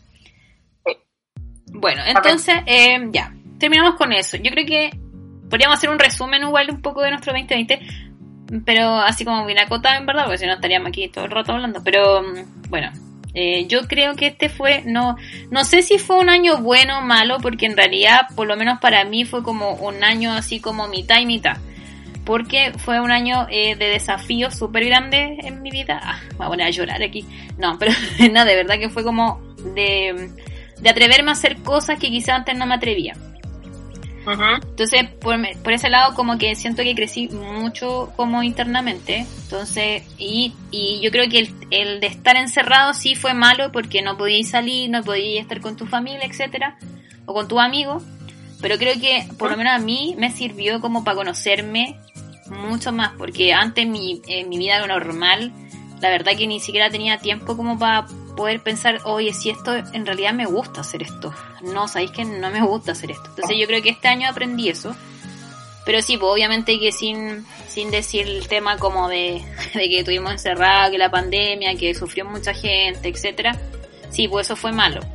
Speaker 3: Bueno, entonces, eh, ya, terminamos con eso. Yo creo que podríamos hacer un resumen igual un poco de nuestro veinte veinte, pero así como bien acotado en verdad, porque si no estaríamos aquí todo el rato hablando. Pero, bueno, eh, yo creo que este fue, no no sé si fue un año bueno o malo, porque en realidad, por lo menos para mí, fue como un año así como mitad y mitad. Porque fue un año eh, de desafíos súper grandes en mi vida. Ah, me voy a poner a llorar aquí. No, pero no, de verdad que fue como de... de atreverme a hacer cosas que quizás antes no me atrevía. Uh-huh. Entonces, por, por ese lado, como que siento que crecí mucho como internamente. Entonces, y, y yo creo que el, el de estar encerrado sí fue malo porque no podías salir, no podías estar con tu familia, etcétera, o con tus amigos. Pero creo que, por lo menos a mí, me sirvió como para conocerme mucho más, porque antes mi, eh, mi vida era normal. La verdad que ni siquiera tenía tiempo como para poder pensar, oye, si esto en realidad me gusta hacer esto. No, sabéis que no me gusta hacer esto. Entonces yo creo que este año aprendí eso. Pero sí, pues obviamente que sin sin decir el tema como de, de que estuvimos encerrados, que la pandemia, que sufrió mucha gente, etcétera. Sí, pues eso fue malo.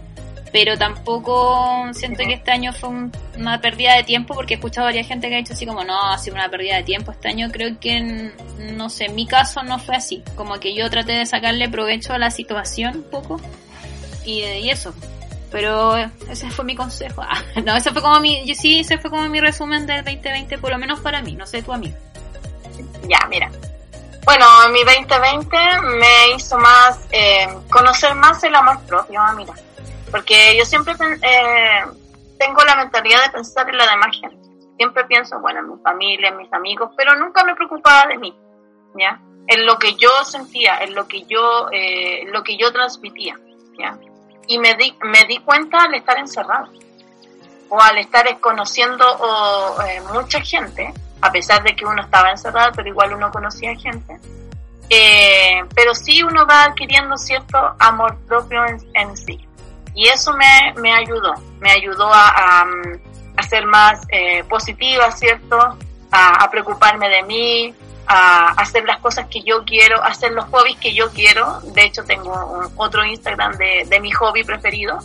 Speaker 3: pero tampoco siento que este año fue un, una pérdida de tiempo, porque he escuchado a varias gente que ha dicho así como, no, ha sido una pérdida de tiempo este año. Creo que, en, no sé, en mi caso no fue así, como que yo traté de sacarle provecho a la situación un poco, y, y eso, pero ese fue mi consejo. Ah, no, ese fue como mi, yo sí, ese fue como mi resumen del veinte veinte, por lo menos para mí, no sé tu amigo.
Speaker 2: Ya, mira. Bueno, mi veinte veinte me hizo más, eh, conocer más el amor propio, mira. Porque yo siempre eh, tengo la mentalidad de pensar en la demás gente. Siempre pienso, bueno, en mi familia, en mis amigos, pero nunca me preocupaba de mí, ¿ya? En lo que yo sentía, en lo que yo, eh, lo que yo transmitía, ¿ya? Y me di, me di cuenta al estar encerrado, o al estar conociendo o, eh, mucha gente, a pesar de que uno estaba encerrado, pero igual uno conocía gente. Eh, pero sí uno va adquiriendo cierto amor propio en, en sí. Y eso me, me ayudó, me ayudó a, a, a ser más eh, positiva, ¿cierto? A, a preocuparme de mí, a, a hacer las cosas que yo quiero, a hacer los hobbies que yo quiero. De hecho, tengo un, otro Instagram de, de mi hobby preferido.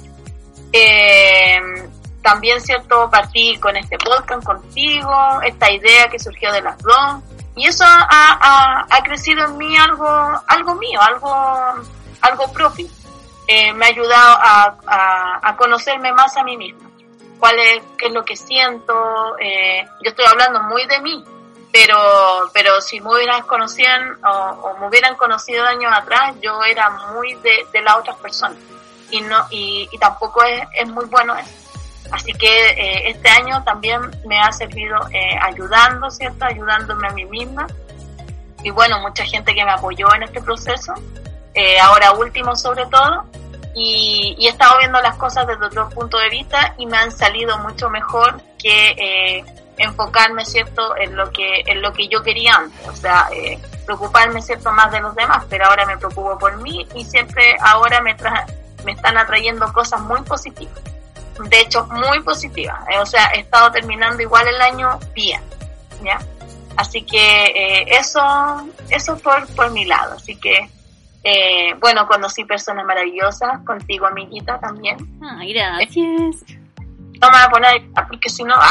Speaker 2: Eh, también, ¿cierto? Partí con este podcast contigo, esta idea que surgió de las dos. Y eso ha, ha, ha crecido en mí algo, algo mío, algo, algo propio. Eh, me ha ayudado a, a, a conocerme más a mí misma, cuál es, qué es lo que siento. Eh, yo estoy hablando muy de mí, pero pero si me hubieran conocido o, o me hubieran conocido años atrás, yo era muy de, de las otras personas y no y, y tampoco es, es muy bueno eso. Así que eh, este año también me ha servido eh, ayudando, ¿cierto? Ayudándome a mí misma. Y bueno, mucha gente que me apoyó en este proceso. Eh, ahora último sobre todo, y, y he estado viendo las cosas desde otro punto de vista y me han salido mucho mejor que eh, enfocarme, ¿cierto?, en lo que en lo que yo quería antes, o sea, eh, preocuparme, ¿cierto?, más de los demás, pero ahora me preocupo por mí y siempre ahora me, tra- me están atrayendo cosas muy positivas, de hecho muy positivas, eh, o sea, he estado terminando igual el año bien, ¿ya? Así que eh, eso eso por, por mi lado, así que Eh, bueno, conocí personas maravillosas, contigo, amiguita, también.
Speaker 3: Ay, gracias.
Speaker 2: Eh, no me voy a poner, porque si no...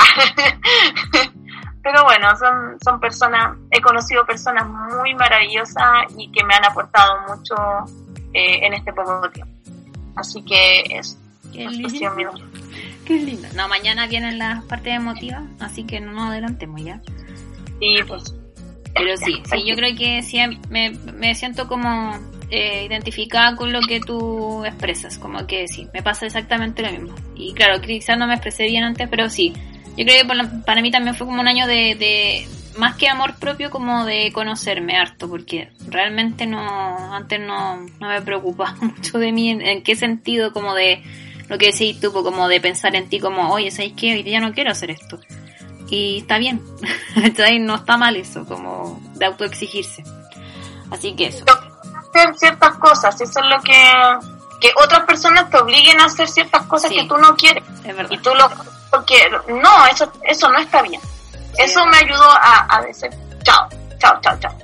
Speaker 2: Pero bueno, son, son personas, he conocido personas muy maravillosas y que me han aportado mucho eh, en este poco tiempo. Así que eso.
Speaker 3: Qué lindo. Qué lindo. No, mañana vienen las partes emotivas, así que no nos adelantemos ya.
Speaker 2: Sí, pues...
Speaker 3: Pero sí, sí, yo creo que sí me, me siento como eh, identificada con lo que tú expresas, como que sí, me pasa exactamente lo mismo. Y claro, quizás no me expresé bien antes, pero sí, yo creo que para, para mí también fue como un año de, de, más que amor propio, como de conocerme harto, porque realmente no, antes no, no me preocupaba mucho de mí, en, en qué sentido, como de lo que decís tú, como de pensar en ti, como, oye, ¿sabes qué? Hoy día no quiero hacer esto. Y está bien, no está mal eso, como de autoexigirse. Así que eso.
Speaker 2: Hacer ciertas cosas, eso es lo que... Que otras personas te obliguen a hacer ciertas cosas sí, que tú no quieres.
Speaker 3: Es verdad.
Speaker 2: Y tú lo... Porque no, eso eso no está bien. Sí, eso me ayudó a, a decir, chao, chao, chao, chao.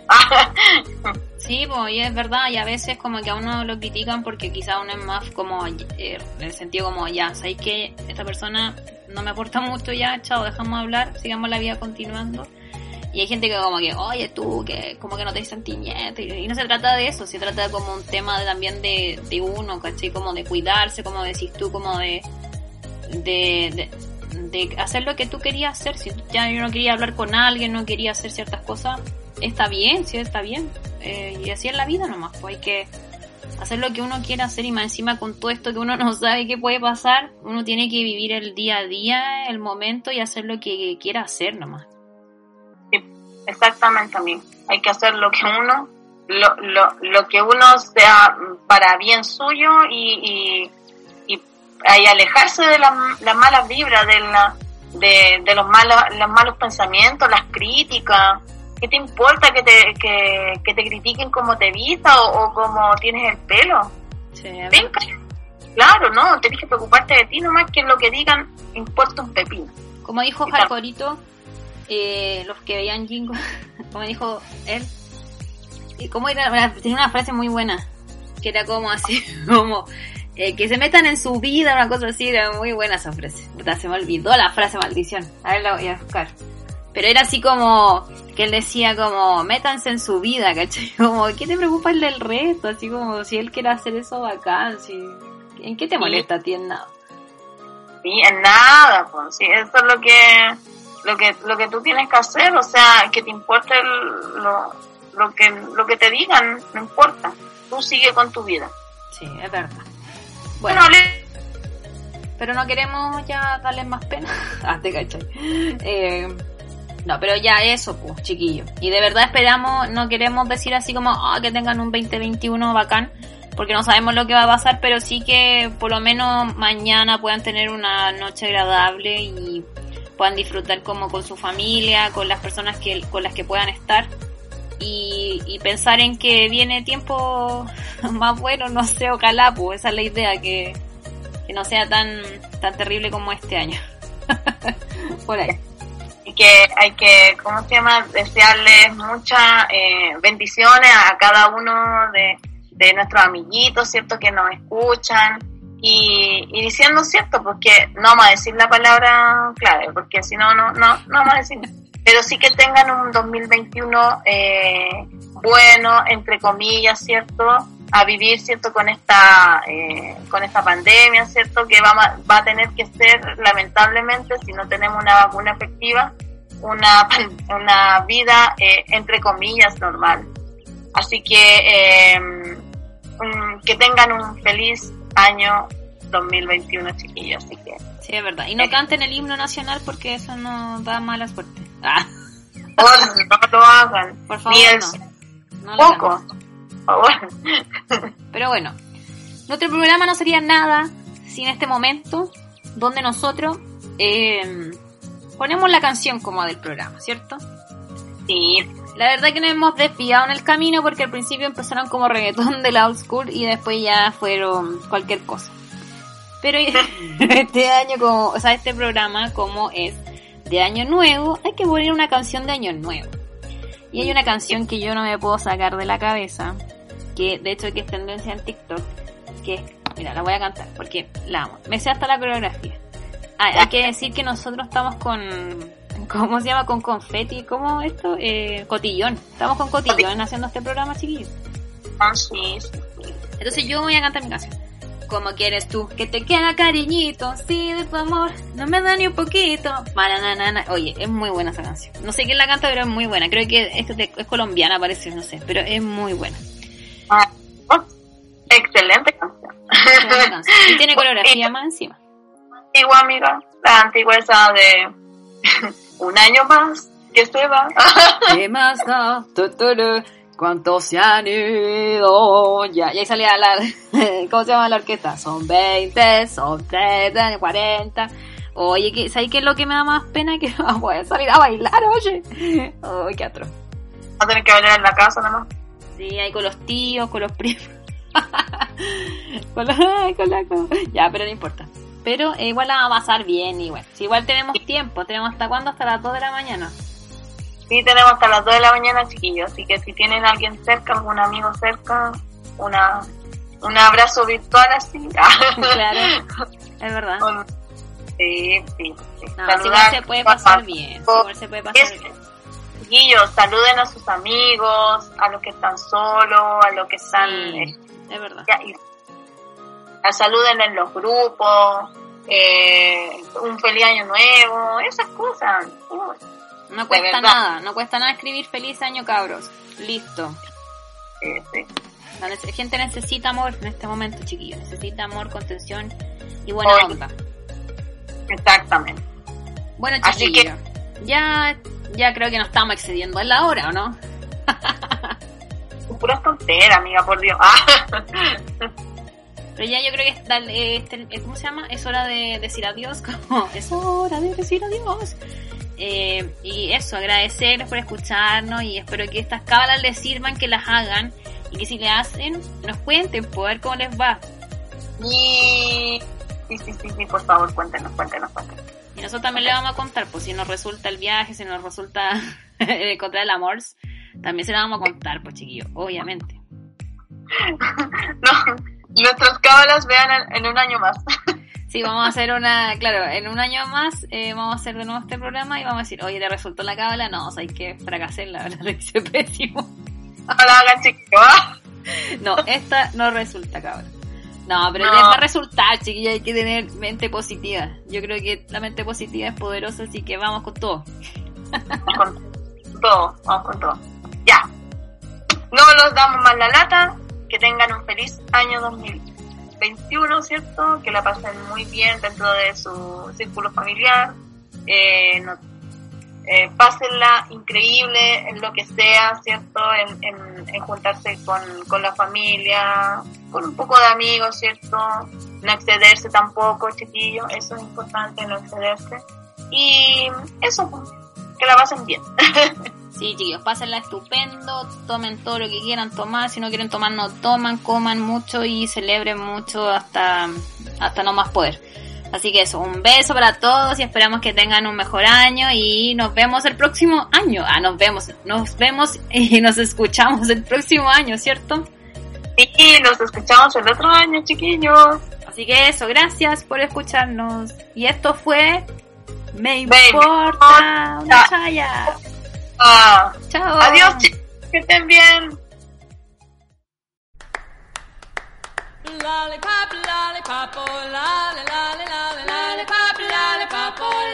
Speaker 3: Sí, pues, y es verdad, y a veces como que a uno lo critican porque quizá uno es más como, eh, en el sentido como, ya, ¿sabes qué? Esta persona no me aporta mucho ya, chao, dejamos hablar, sigamos la vida continuando. Y hay gente que como que, oye, tú, que como que no te sentimiento, y no se trata de eso, se trata como un tema de, también de, de uno, ¿cachai? Como de cuidarse, como decís tú, como de, de, de, de hacer lo que tú querías hacer. Si ya yo no quería hablar con alguien, no quería hacer ciertas cosas, está bien, sí, está bien. Eh, y así es la vida nomás, pues hay que hacer lo que uno quiera hacer, y más encima con todo esto que uno no sabe qué puede pasar, uno tiene que vivir el día a día, el momento, y hacer lo que quiera hacer nomás.
Speaker 2: Sí, exactamente, también. Hay que hacer lo que uno, lo, lo, lo que uno sea para bien suyo, y, y, y, y alejarse de las la malas vibras, de, la, de, de los, malos, los malos pensamientos, las críticas. ¿Qué te importa que te que, que te critiquen cómo te vistas o, o cómo tienes el pelo?
Speaker 3: Sí,
Speaker 2: Venga, claro, no, tenés que preocuparte de ti nomás, que lo que digan importa un pepino.
Speaker 3: Como dijo Hardcoreito, eh, los que veían Jingo, como dijo él, y como era, tenía una frase muy buena, que era como así, como, Eh, que se metan en su vida, una cosa así, era muy buena esa frase. Puta, se me olvidó la frase maldición. A ver, la voy a buscar. Pero era así como, que él decía como, métanse en su vida, ¿cachai? Como, ¿qué te preocupa el del resto? Así como, si él quiere hacer eso bacán, si... ¿En qué te molesta a ti? En nada.
Speaker 2: Sí, en nada, pues, sí, eso es lo que, lo que, lo que tú tienes que hacer, o sea, que te importe el, lo, lo que, lo que te digan, no importa. Tú sigue con tu vida.
Speaker 3: Sí, es verdad. Bueno,
Speaker 2: Bueno, le-
Speaker 3: pero no queremos ya darles más pena. Ah, te cachai. Eh, no, pero ya eso, pues, chiquillos. Y de verdad esperamos, no queremos decir así como, ah, que tengan un veinte veintiuno bacán, porque no sabemos lo que va a pasar, pero sí que por lo menos mañana puedan tener una noche agradable y puedan disfrutar como con su familia, con las personas que con las que puedan estar. Y, y pensar en que viene tiempo más bueno, no sé, ojalá, pues esa es la idea, que, que no sea tan tan terrible como este año. Por ahí.
Speaker 2: y que hay que, ¿cómo se llama? Desearles muchas eh, bendiciones a cada uno de, de nuestros amiguitos, ¿cierto? Que nos escuchan y, y diciendo, ¿cierto? Porque no vamos a decir la palabra clave, porque si no, no, no, no vamos a decir. Pero sí que tengan un dos mil veintiuno eh, bueno, entre comillas, ¿cierto? A vivir, ¿cierto? Con esta eh, con esta pandemia, ¿cierto? Que va, a- va a tener que ser, lamentablemente, si no tenemos una vacuna efectiva, una, una vida, eh, entre comillas, normal. Así que eh, um, que tengan un feliz año dos mil veintiuno, chiquillos. Así que,
Speaker 3: Sí, es verdad. Y no canten el himno nacional porque eso nos da mala suerte. Ah,
Speaker 2: por no lo hagan.
Speaker 3: por favor,
Speaker 2: Ni el
Speaker 3: no. No lo
Speaker 2: poco,
Speaker 3: hagamos.
Speaker 2: por favor.
Speaker 3: Pero bueno, nuestro programa no sería nada sin este momento donde nosotros eh, ponemos la canción como del programa, ¿cierto?
Speaker 2: Sí,
Speaker 3: La verdad que nos hemos desviado en el camino porque al principio empezaron como reggaetón de la old school y después ya fueron cualquier cosa. Pero este año, como, o sea, este programa como es de año nuevo, hay que poner una canción de año nuevo. Y hay una canción que yo no me puedo sacar de la cabeza, que de hecho que es tendencia en TikTok, que es, mira, la voy a cantar porque la amo. Me sé hasta la coreografía. Ah, hay que decir que nosotros estamos con, ¿cómo se llama? Con confeti, ¿cómo esto? Eh, cotillón. Estamos con cotillón haciendo este programa, chiquillos.
Speaker 2: ah, sí, sí.
Speaker 3: Entonces yo voy a cantar mi canción. ¿Cómo quieres tú que te queda cariñito? Sí, de tu amor, no me da ni un poquito. Maranana. Oye, es muy buena esa canción. No sé quién la canta, pero es muy buena. Creo que es, de- es colombiana, parece, no sé. Pero es muy buena.
Speaker 2: Ah, oh, excelente canción.
Speaker 3: Es buena canción. Y tiene coreografía más encima.
Speaker 2: Antigua, amiga, la antigua esa de un año más que se va.
Speaker 3: ¿Qué más da? Tuturu. ¿Cuántos se han ido? Ya, y ahí salía la... ¿Cómo se llama la orquesta? Son veinte, son treinta, cuarenta. Oye, ¿qué- ¿sabes qué es lo que me da más pena? Que no voy a salir a bailar, oye. Ay, qué atroz.
Speaker 2: Va a tener que bailar en la casa nomás.
Speaker 3: Sí, ahí con los tíos, con los primos. con la, ay, con la, con- Ya, pero no importa. Pero eh, igual la vamos a pasar bien y bueno. Si igual tenemos tiempo, tenemos hasta cuándo, hasta las dos de la mañana.
Speaker 2: Sí, tenemos hasta las dos de la mañana, chiquillos. Así que si tienen a alguien cerca, algún amigo cerca, una un abrazo virtual así.
Speaker 3: Claro, es verdad.
Speaker 2: Un- sí, sí, sí.
Speaker 3: No,
Speaker 2: Saludar-
Speaker 3: si igual se puede pasar bien. Si igual se puede pasar
Speaker 2: Es-
Speaker 3: bien.
Speaker 2: Chiquillos, saluden a sus amigos, a los que están solos, a los que están...
Speaker 3: Sí,
Speaker 2: eh,
Speaker 3: es verdad.
Speaker 2: ya, y- a saluden en los grupos, eh, un feliz año nuevo, esas cosas. Uy,
Speaker 3: No cuesta
Speaker 2: verdad.
Speaker 3: nada, no cuesta nada escribir feliz año, cabros. Listo.
Speaker 2: sí, sí.
Speaker 3: La nece- gente necesita amor en este momento, chiquillos. Necesita amor, contención y buena
Speaker 2: Oye.
Speaker 3: onda.
Speaker 2: Exactamente.
Speaker 3: Bueno,
Speaker 2: Así
Speaker 3: chiquillos, ya, ya creo que nos estamos excediendo en la hora, ¿o no?
Speaker 2: Puras tonteras, amiga, por Dios. Ah.
Speaker 3: Pero ya yo creo que está, eh, este, eh, ¿cómo se llama? Es hora de decir adiós, como es hora de decir adiós. Eh, y eso, agradecerles por escucharnos y espero que estas cábalas les sirvan, que las hagan y que si le hacen, nos cuenten, por ver cómo les va.
Speaker 2: Y... Sí, sí, sí, sí, por favor, cuéntenos, cuéntenos, cuéntenos.
Speaker 3: Y nosotros también le vamos a contar, pues si nos resulta el viaje, si nos resulta encontrar el amor, también se lo vamos a contar, pues chiquillos, obviamente.
Speaker 2: No, nuestras cábalas vean en, en un año más.
Speaker 3: Sí, vamos a hacer una, claro, en un año más eh, vamos a hacer de nuevo este programa y vamos a decir, oye, ¿te resultó la cábala? No, o sea, hay que fracasé, la verdad, lo hice pésimo.
Speaker 2: No la hagan, chiquillos, ¿ah?
Speaker 3: No, esta no resulta, cábala. No, pero
Speaker 2: No.
Speaker 3: les va a resultar, chiquillos, hay que tener mente positiva. Yo creo que la mente positiva es poderosa, así que vamos con todo.
Speaker 2: Con todo, vamos con todo. Ya. No los damos más la lata. Que tengan un feliz año dos mil veintiuno, ¿cierto? Que la pasen muy bien dentro de su círculo familiar. Eh, no, eh, pásenla increíble en lo que sea, ¿cierto? En, en, en juntarse con, con la familia, con un poco de amigos, ¿cierto? No excederse tampoco, chiquillos. Eso es importante, no excederse. Y eso, que la pasen bien.
Speaker 3: Sí, chicos, pásenla estupendo, tomen todo lo que quieran tomar, si no quieren tomar no toman, coman mucho y celebren mucho hasta, hasta no más poder. Así que eso, un beso para todos y esperamos que tengan un mejor año y nos vemos el próximo año. Ah, nos vemos, nos vemos y nos escuchamos el próximo año, ¿cierto?
Speaker 2: Sí, nos escuchamos el otro año, chiquillos.
Speaker 3: Así que eso, gracias por escucharnos. Y esto fue Me
Speaker 2: Me
Speaker 3: Importa
Speaker 2: Importa
Speaker 3: una Chaya.
Speaker 2: Ah,
Speaker 3: Chao.
Speaker 2: adiós, chicos, que estén bien.
Speaker 1: Lollipop, lollipop, oh, lolly, lolly, lolly, lollipop, lollipop, oh,